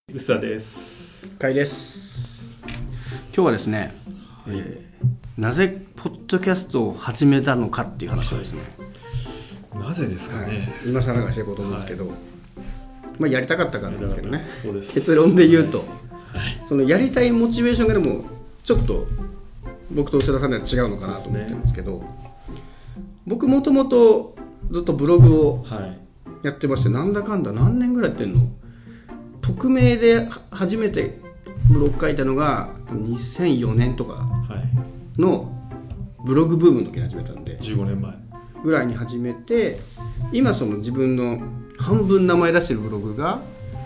うさです。 かいです。今日はですね、なぜポッドキャストを始めたのかっていう話をですね、 なぜですかね、 今更がしていこうと思うんですけど、やりたかったからなんですけどね。 そうです。 結論で言うと、そのやりたいモチベーションがでもちょっと僕と内田さんでは違うのかなと思ってるんですけど、僕もともとずっとブログをやってまして、なんだかんだ何年ぐらいやってんの。匿名で初めてブログ書いたのが2004年とかのブログブームの時に始めたんで、 15年前ぐらいに始めて、今その自分の半分名前出してるブログが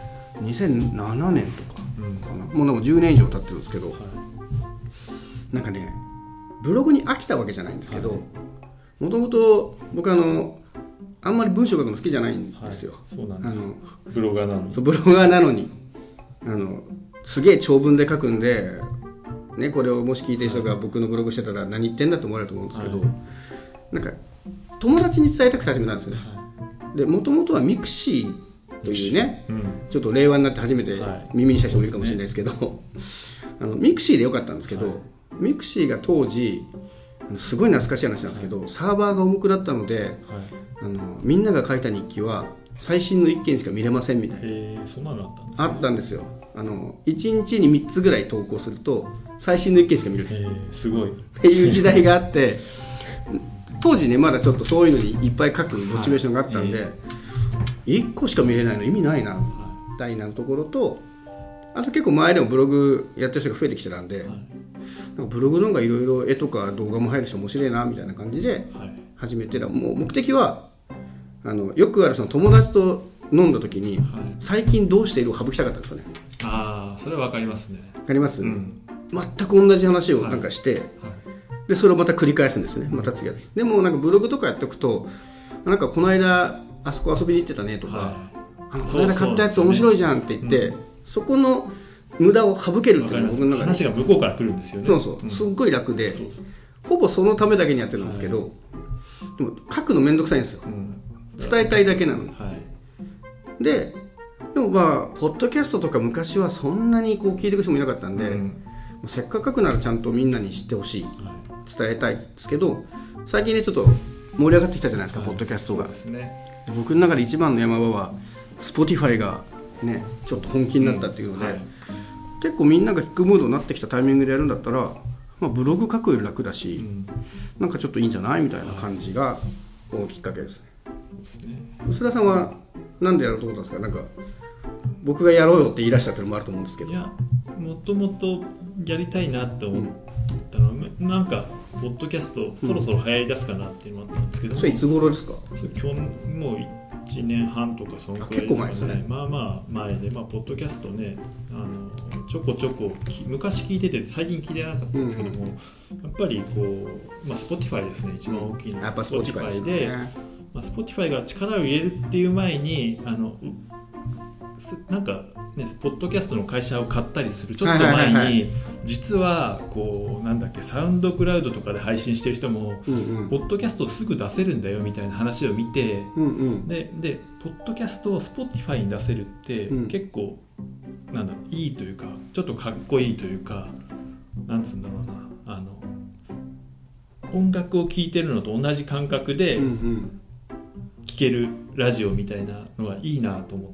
2007年とかかな、もうなんか10年以上経ってるんですけど、なんかねブログに飽きたわけじゃないんですけど、もともと僕あんまり文章書くの好きじゃないんですよ。 そうなんだ。ブロガーなのに。 そう、ブロガーなのにすげえ長文で書くんで、ね、これをもし聞いてる人が僕のブログしてたら何言ってんだと思われると思うんですけど、なんか友達に伝えたくて始めたんですよね。で、もともとはミクシーというね、ちょっと令和になって初めて耳にした人もいるかもしれないですけど、ミクシーでよかったんですけど、ミクシーが当時すごい懐かしい話なんですけど、サーバーが重くだったので、みんなが書いた日記は最新の1件しか見れませんみたいな。 そんなのあったんですよ。1日に3つぐらい投稿すると最新の1件しか見れない、 すごいっていう時代があって当時ねまだちょっとそういうのにいっぱい書くモチベーションがあったんで、1個しか見れないの意味ないなみたいなところと、あと結構前でもブログやってる人が増えてきてたんで、なんかブログの方がいろいろ絵とか動画も入るし面白いなみたいな感じで始めてた。もう目的はよくあるその友達と飲んだ時に、最近どうしているを省きたかったんですよね。 それは分かりますね。 分かります、全く同じ話をなんかして、でそれをまた繰り返すんですね。また次はでもなんかブログとかやっておくと、なんかこの間あそこ遊びに行ってたねとか、この間買ったやつ面白いじゃんって言って、そこの無駄を省けるっていうのが僕の中で話が向こうから来るんですよね。 そう、すっごい楽で、ほぼそのためだけにやってるんですけど、でも書くのめんどくさいんですよ、伝えたいだけなのに、でもポッドキャストとか昔はそんなにこう聞いてくる人もいなかったんで、せっかく書くならちゃんとみんなに知ってほしい、伝えたいんですけど、最近ねちょっと盛り上がってきたじゃないですか、ポッドキャストが。僕の中で一番の山場は Spotify がねちょっと本気になったっていうので、結構みんなが聞くムードになってきたタイミングでやるんだったら、ブログ書くより楽だし、なんかちょっといいんじゃないみたいな感じがきっかけですね。臼田さんはなんでやろうと思ったんですか。なんか僕がやろうよって言い出したっていうのもあると思うんですけど。 いや、もともとやりたいなと思ったのは、なんかポッドキャストそろそろ流行り出すかなっていうのもあったんですけど、 それいつ頃ですか。 今日もう1年半とかそのくらいですかね。まあまあ前で、ポッドキャストね、ちょこちょこ昔聞いてて最近聞いてなかったんですけども、やっぱりこう、Spotify ですね、一番大きいのは、 やっぱ Spotify ですね。 Spotify が力を入れるっていう前になんかね、ポッドキャストの会社を買ったりするちょっと前に、実はこうなんだっけ、サウンドクラウドとかで配信してる人も、ポッドキャストをすぐ出せるんだよみたいな話を見て、でポッドキャストを Spotify に出せるって、結構なんだろう、いいというかちょっとかっこいいというか、なんつうんだろうな、音楽を聴いてるのと同じ感覚で聴けるラジオみたいなのがいいなと思って、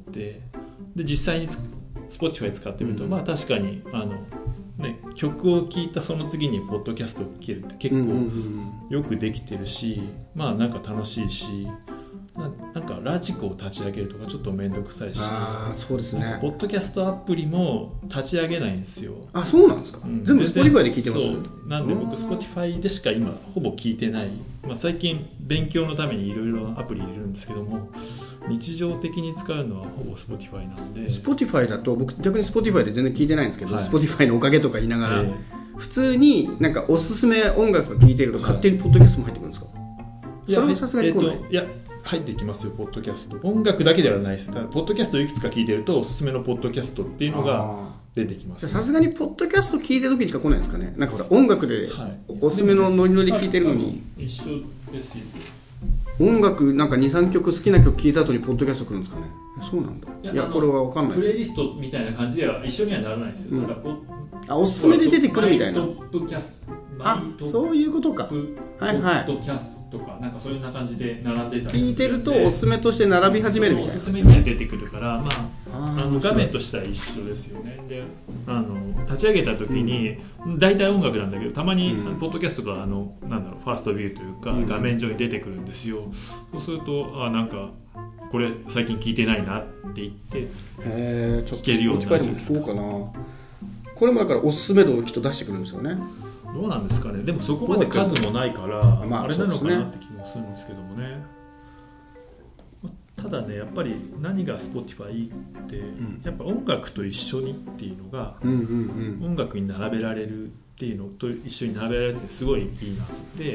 で実際にSpotify 使ってみると、確かに曲を聴いたその次にポッドキャストを聴けるって結構よくできてるし、なんか楽しいし、なんかラジコを立ち上げるとかちょっと面倒くさいし、 そうですね、 ポッドキャストアプリも立ち上げないんですよ。 そうなんですか。全部 Spotify で聞いてます。 そうなんで僕 Spotify でしか今ほぼ聞いてない、最近勉強のためにいろいろなアプリ入れるんですけども、日常的に使うのはほぼ Spotify なんで。 Spotify だと僕逆に Spotify で全然聞いてないんですけど、Spotify のおかげとか言いながら、普通になんかおすすめ音楽とか聞いてると勝手にポッドキャストも入ってくるんですか。 いや、さすがに来ない。いや、入ってきますよ、ポッドキャスト。音楽だけではないです。だからポッドキャストをいくつか聞いてるとおすすめのポッドキャストっていうのが出てきます、 さすがにポッドキャスト聞いてる時にしか来ないですかね。なんかほら音楽でおすすめのノリノリ聞いてるのに、 一緒ですよ。 音楽なんか 2,3 曲好きな曲聴いた後にポッドキャスト来るんですかね。そうなんだ。いやこれは分かんない。 プレイリストみたいな感じでは一緒にはならないですよ、だからおすすめで出てくるみたいな。 マイトップキャスト、 そういうことか。はいはい。 ポッドキャストとかなんかそういうな感じで並んでたりするんで、 聞いてるとおすすめとして並び始めるみたいな。 おすすめには出てくるから、まあ画面としては一緒ですよね。で立ち上げた時に大体音楽なんだけど、たまにポッドキャストがなんだろうファーストビューというか画面上に出てくるんですよ。そうするとなんかこれ最近聞いてないなって言って聞けるようになるんですか。 そうかな。これもだからおすすめ度をきっと出してくるんですよね。 どうなんですかね。でもそこまで数もないから、あれなのかなって気もするんですけどもね。ただね、やっぱり何が Spotify いいって、やっぱ音楽と一緒にっていうのが、音楽に並べられるっていうのと一緒に並べられるってすごいいいなって、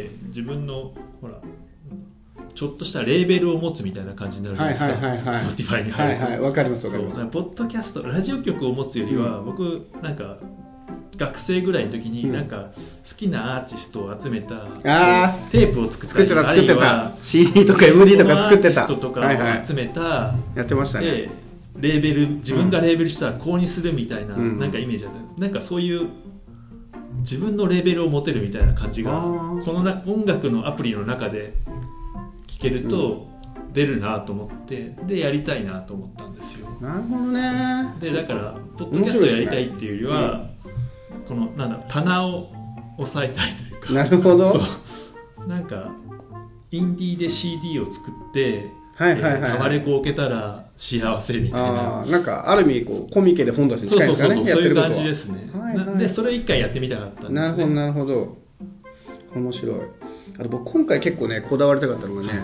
自分のほらちょっとしたレーベルを持つみたいな感じになるじゃないですか、Spotify に入ると。 わかりますわかります。 ポッドキャスト、ラジオ局を持つよりは、僕なんか学生ぐらいの時になんか好きなアーティストを集めたテープを作ったり、 あるいは CD とか MD とか作ってたアーティストとかを集めた、 やってましたね。 でレーベル、自分がレーベルしたらこうにするみたいな、なんかイメージだったんです。なんかそういう自分のレーベルを持てるみたいな感じがこの音楽のアプリの中で聴けると出るなと思って、でやりたいなと思ったんですよ。 なるほどね。 でだからポッドキャストやりたいっていうよりは、このなんだ棚を抑えたいというか。 なるほど。 そうなんかインディーで CD を作ってタワレコを受けたら幸せみたいな。 なんかある意味こうコミケで本出しに近いですかね。 そういう感じですね。でそれを一回やってみたかったんですね。 なるほど面白い。あと僕今回結構ねこだわりたかったのがね、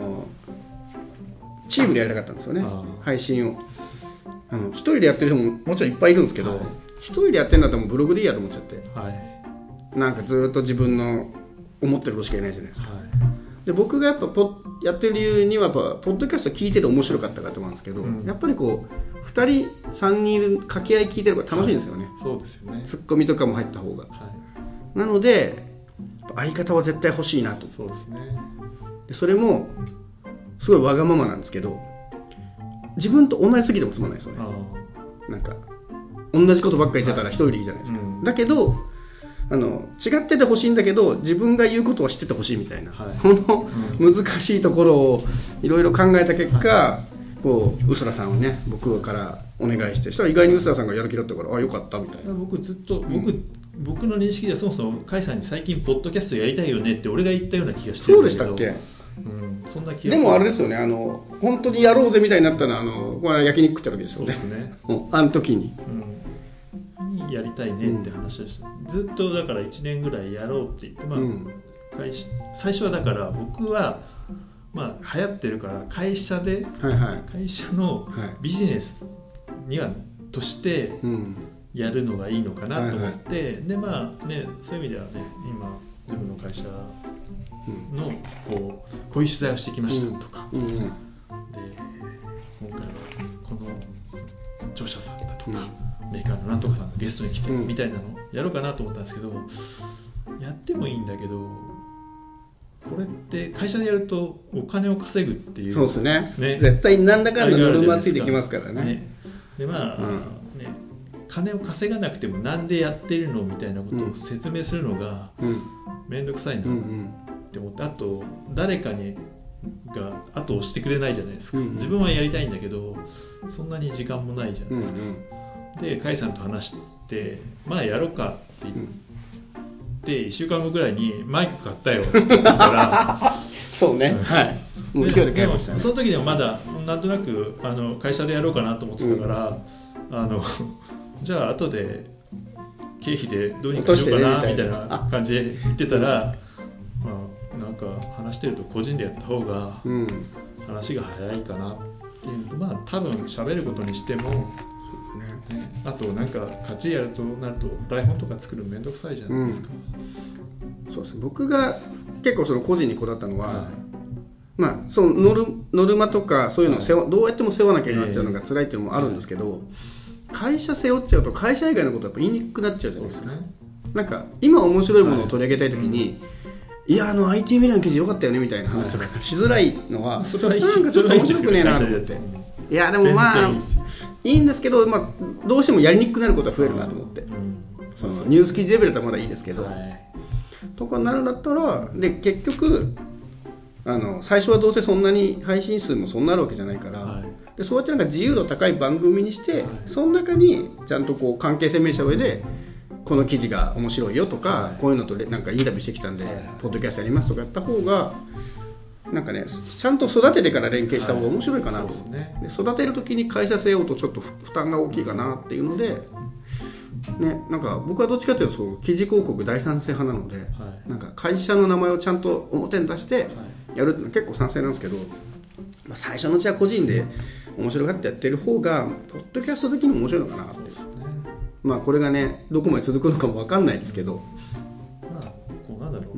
チームでやりたかったんですよね、配信を。一人でやってる人ももちろんいっぱいいるんですけど、一人でやってるんだったらもうブログでいいやと思っちゃって、なんかずっと自分の思ってることしかいないじゃないですか、で僕がやっぱやってる理由にはやっぱポッドキャスト聞いてて面白かったかと思うんですけど、やっぱりこう2人3人いる掛け合い聞いてる方が楽しいんですよね、 そうですよね。 ツッコミとかも入った方が、なので相方は絶対欲しいなと。 そうですね。 でそれもすごいわがままなんですけど、自分と同じすぎてもつまんないですよね。なんか同じことばっかり言ってたら一人でいいじゃないですか、だけど違っててほしいんだけど自分が言うことは知っててほしいみたいな、この難しいところをいろいろ考えた結果、こううすらさんをね僕からお願いして、したら意外にうすらさんがやる気だったから、あよかったみたいな。 僕ずっと僕の認識ではそもそも甲斐さんに最近ポッドキャストやりたいよねって俺が言ったような気がしてるんだけど。そうでしたっけ。そんな気がする。 でもあれですよね、本当にやろうぜみたいになったのはこれ焼肉食った時ですよね。 そうですねあの時に、 やりたいねって話をして、ずっとだから1年ぐらいやろうって言って、最初はだから僕は流行ってるから会社で、会社のビジネスにはとしてやるのがいいのかなと思って、でそういう意味ではね、今自分の会社のこういう取材をしてきましたとか、で今回はこの著者さんだとか、メーカーのなんとかさんがゲストに来てみたいなのをやろうかなと思ったんですけど、やってもいいんだけど、これって会社でやるとお金を稼ぐっていう、 そうですね、絶対なんだかんだノルマついてきますからね。 で金を稼がなくてもなんでやってるのみたいなことを説明するのがめんどくさいなって思って、あと誰かにが後を押してくれないじゃないですか、自分はやりたいんだけどそんなに時間もないじゃないですか、で甲斐さんと話してやろうかって言って、1週間後ぐらいにマイク買ったよって言ったからそうね、もう今日で買いましたね。 その時でもまだなんとなく会社でやろうかなと思ってたから、じゃあ後で経費でどうにかしようかなみたいな感じで言ってたら、なんか話してると個人でやった方が話が早いかなっていうのと、多分喋ることにしても、あとなんか勝ちやるとなると台本とか作るのめんどくさいじゃないですか、 そうですね。僕が結構その個人にこだわったのは、そのノルマとかそういうのをどうやっても背負わなきゃいけないっていうのが辛いっていうのもあるんですけど、会社背負っちゃうと会社以外のことやっぱ言いにくくなっちゃうじゃないですか、なんか今面白いものを取り上げたいときに、 いやIT メディアの記事良かったよねみたいな話とかしづらいのは、なんかちょっと面白くねえなと思って。いやでもいいんですけど、どうしてもやりにくくなることは増えるなと思って、そのニュース記事レベルだとまだいいですけど、とかになるんだったら、で結局最初はどうせそんなに配信数もそんなあるわけじゃないから、でそうやってなんか自由度高い番組にして、その中にちゃんとこう関係性明した上で、この記事が面白いよとか、こういうのとなんかインタビューしてきたんで、ポッドキャストやりますとかやった方がなんかね、ちゃんと育ててから連携した方が面白いかなと、で育てる時に会社背負うとちょっと負担が大きいかなっていうので、ね、なんか僕はどっちかというとそう記事広告大賛成派なので、なんか会社の名前をちゃんと表に出してやるってのは結構賛成なんですけど、最初のうちは個人で面白がってやってる方がポッドキャスト的にも面白いのかなって。これがねどこまで続くのかも分かんないですけど、 こうなんだろう、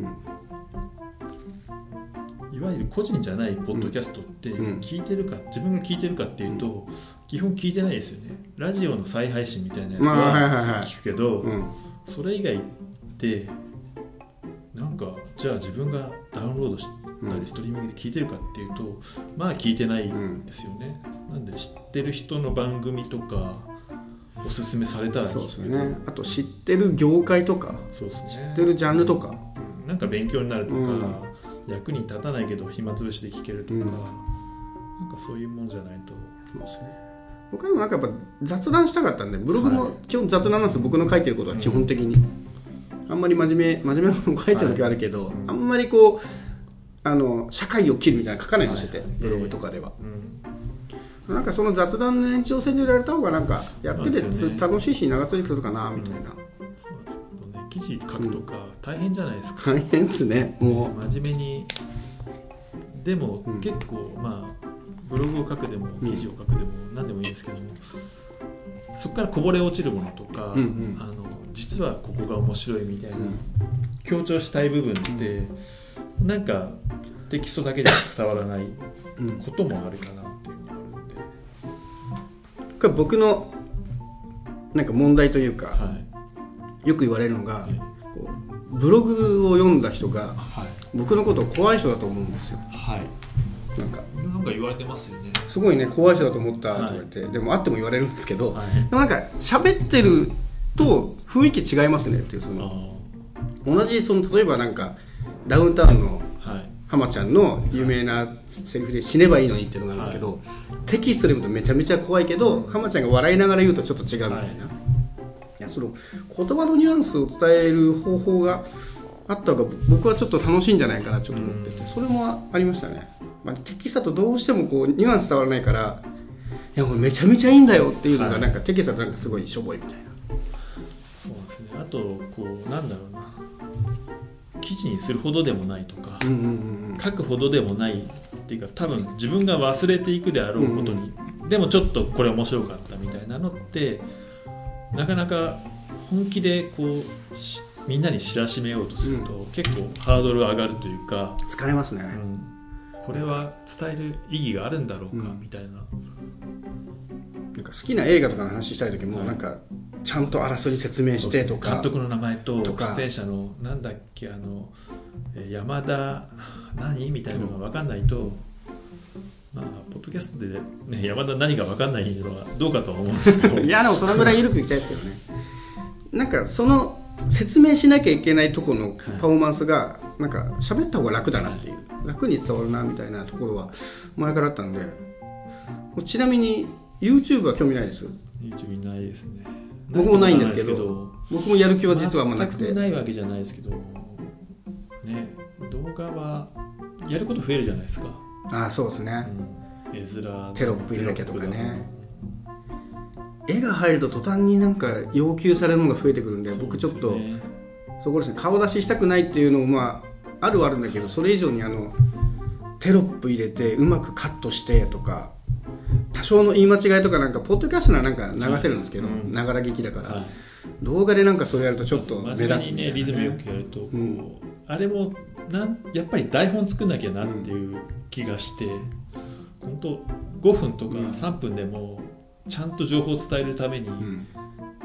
いわゆる個人じゃないポッドキャストって聞いてるか、自分が聞いてるかっていうと、基本聞いてないですよね。ラジオの再配信みたいなやつは聞くけど、それ以外ってなんかじゃあ自分がダウンロードしたりストリーミングで聞いてるかっていうと、聞いてないんですよね。なんで知ってる人の番組とかおすすめされたらそうですね。あと知ってる業界とか、そうですね、知ってるジャンルとか、 なんか勉強になるとか、役に立たないけど暇つぶしで聞けるとか、なんかそういうもんじゃないと。そうですね。 他にもなんかやっぱ雑談したかったんで、ブログも基本雑談なんですよ。僕の書いてることは基本的に、あんまり真面目なもの書いてる時はあるけど、あんまりこう社会を切るみたいな書かないようにしてて、ブログとかでは、なんかその雑談の延長線上でやれた方がなんかやってて楽しいし長続きするかなみたいな。そうですね。記事書くとか大変じゃないですか。 大変ですね。もう真面目に。でも結構ブログを書くでも記事を書くでも何でもいいですけども、そこからこぼれ落ちるものとか、実はここが面白いみたいな、強調したい部分ってなんかテキストだけで伝わらないこともあるかなっていうのがあるんで、 これ僕のなんか問題というか、よく言われるのが、こうブログを読んだ人が僕のことを怖い人だと思うんですよ。 なんか言われてますよね。 すごいね、怖い人だと思ったと言われて、でもあっても言われるんですけど、でもなんか喋ってると雰囲気違いますねっていう、同じ例えばなんかダウンタウンの浜ちゃんの有名なセリフで死ねばいいのにっていうのがあるんですけど、テキストで読むとめちゃめちゃ怖いけど、浜ちゃんが笑いながら言うとちょっと違うみたいな、いやその言葉のニュアンスを伝える方法があった方が僕はちょっと楽しいんじゃないかなちょっと思ってて、それもありましたね。テキストだとどうしてもこうニュアンス伝わらないから、いやもうめちゃめちゃいいんだよっていうのがなんかテキストだとなんかすごいしょぼいみたいな。 そうですね。あとこうなんだろうな、記事にするほどでもないとか、書くほどでもないっていうか、多分自分が忘れていくであろうことに、でもちょっとこれ面白かったみたいなのってなかなか本気でこうみんなに知らしめようとすると、結構ハードル上がるというか、 疲れますね。 これは伝える意義があるんだろうかみたいな。 なんか好きな映画とかの話したい時も、なんかちゃんとあらすじ説明してとか、 監督の名前と出演者のなんだっけ山田何みたいなのが分かんないと、ポッドキャストで、ね、山田何が分かんないのはどうかとは思うんですけどいやでもそのぐらい緩くいきたいですけどね。なんかその説明しなきゃいけないところのパフォーマンスがなんか喋った方が楽だなっていう、楽に伝わるなみたいなところは前からあったんで。ちなみに YouTube は興味ないです。 YouTube ないですね。 僕もないんですけど、僕もやる気は実はあんまなくて。 全くないわけじゃないですけどね。動画はやること増えるじゃないですか。 そうですね、 絵面テロップ入れなきゃとかね。絵が入ると途端になんか要求されるのが増えてくるんで、僕ちょっとそこですね、顔出ししたくないっていうのもあるはあるんだけど、それ以上にテロップ入れてうまくカットしてとか、多少の言い間違いとかなんかポッドキャストならなんか流せるんですけど、ながら劇だから、動画でなんかそれやるとちょっと目立つみたいな、 真面目にね、リズムよくやるとあれもやっぱり台本作んなきゃなっていう気がして、本当5分とか3分でもちゃんと情報を伝えるために、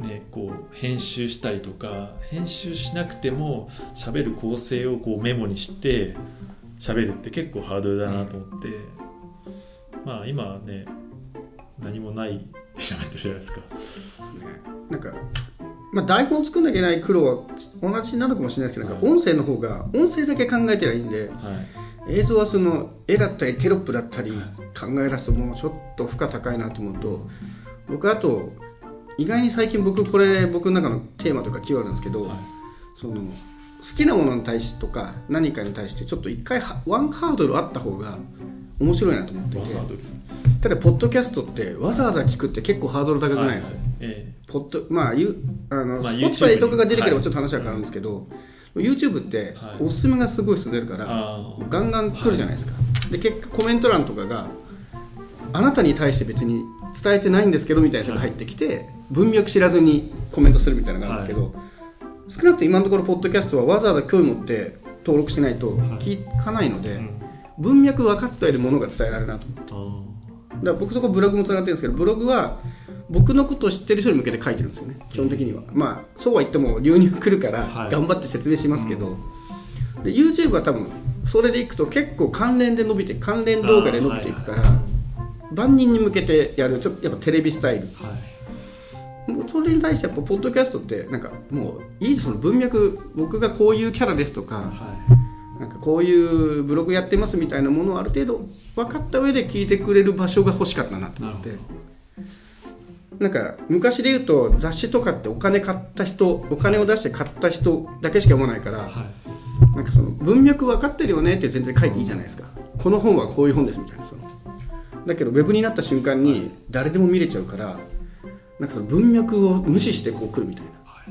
ね、こう編集したりとか、編集しなくても喋る構成をこうメモにして喋るって結構ハードルだなと思って、まあ今はね何もないで喋ってるじゃないですか、ね、 なんか、まあ、台本作んなきゃいけない苦労は同じなのかもしれないですけど、なんか音声の方が音声だけ考えてりゃいいんで、映像はその絵だったりテロップだったり考え出すともうちょっと負荷高いなと思うと、僕あと意外に最近これ僕の中のテーマとかキーワードなんですけど、その好きなものに対してとか何かに対してちょっと一回ワンハードルあった方が面白いなと思っていて、ただポッドキャストってわざわざ聞くって結構ハードル高くないですよ、まあSpotify とかが出てくればちょっと話は変わるんですけど、YouTube っておすすめがすごい進んでるから、ガンガン来るじゃないですか、で結果コメント欄とかがあなたに対して別に伝えてないんですけどみたいな人が入ってきて、文脈知らずにコメントするみたいなのがあるんですけど、少なくとも今のところポッドキャストはわざわざ興味持って登録しないと聞かないので、文脈分かったよりものが伝えられるなと思って、だから僕そこブログもつながってるんですけど、ブログは僕のことを知ってる人に向けて書いてるんですよね、基本的には。まあそうは言っても流入来るから頑張って説明しますけど、で YouTube は多分それでいくと結構関連で伸びて、関連動画で伸びていくから、万人に向けてやるちょっとやっぱテレビスタイル、それに対してやっぱポッドキャストってなんかもういい、その文脈、僕がこういうキャラですとか、なんかこういうブログやってますみたいなものをある程度分かった上で聞いてくれる場所が欲しかったなと思って、なんか昔で言うと雑誌とかってお金買った人、お金を出して買った人だけしか読まないから、なんかその文脈分かってるよねって全然書いていいじゃないですか、この本はこういう本ですみたいな。そのだけどウェブになった瞬間に誰でも見れちゃうから、なんかその文脈を無視してこう来るみたいな、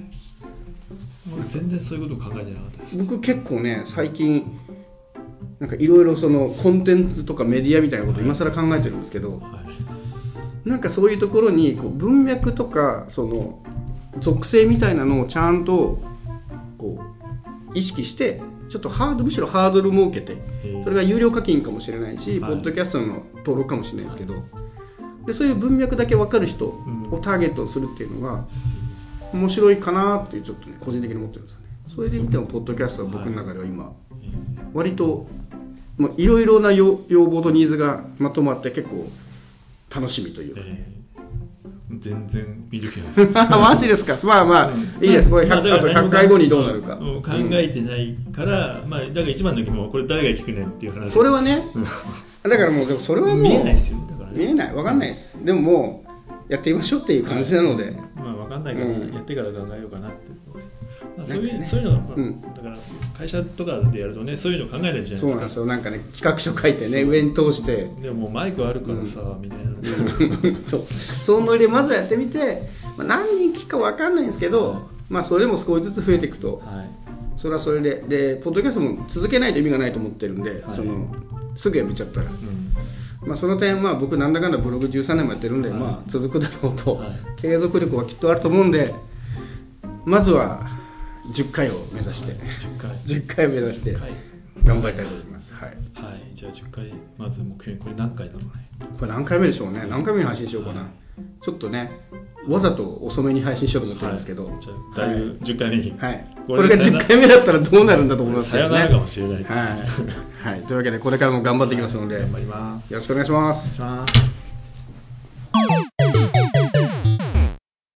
全然そういうことを考えてなかったです。 僕結構ね最近なんかいろいろそのコンテンツとかメディアみたいなことを今更考えてるんですけど、なんかそういうところにこう文脈とかその属性みたいなのをちゃんとこう意識して、ちょっとむしろハードル設けて、それが有料課金かもしれないし、ポッドキャストの登録かもしれないですけど、でそういう文脈だけ分かる人をターゲットにするっていうのが面白いかなっていう、ちょっとね個人的に思ってるんですよね。それで見てもポッドキャストは僕の中では今割といろいろな要望とニーズがまとまって結構楽しみというか、 全然見る気ないですマジですか。まあまあ、いいです。これあと100回後にどうなるか考えてないから、まあ、だから一番の時もこれ誰が聞くねんっていう話、 それはねだからもうでもそれはもう見えないですよね。だからね、 見えない、分かんないです。でももうやってみましょうっていう感じなので、 まあ分かんないからやってから考えようかなって、そういうのが、だから会社とかでやるとね、そういうの考えないじゃないですか。 そうなんですよ。なんかね企画書書いてね上に通して、 でももうマイクあるからさ、みたいなそのノリでまずやってみて、何人聞くか分かんないんですけど、まあそれも少しずつ増えていくと、それはそれでポッドキャストも続けないと意味がないと思ってるんで、そのすぐやめちゃったら、まあ、その点、まあ、僕なんだかんだブログ13年もやってるんで、まあ、続くだろうと、継続力はきっとあると思うんで、まずは10回を目指して、10回を目指して頑張りたいと思います。はい、 じゃあ10回まず目標に、これ何回だろうね。 これ何回目でしょうね。何回目に配信しようかな、ちょっとねわざと遅めに配信しようと思ってるんですけど、 じゃあだいぶ10回目に、 これが10回目だったらどうなるんだと思いますけどね。 さよならかもしれない。 というわけでこれからも頑張っていきますので、 頑張ります。 よろしくお願いします。 お願いします。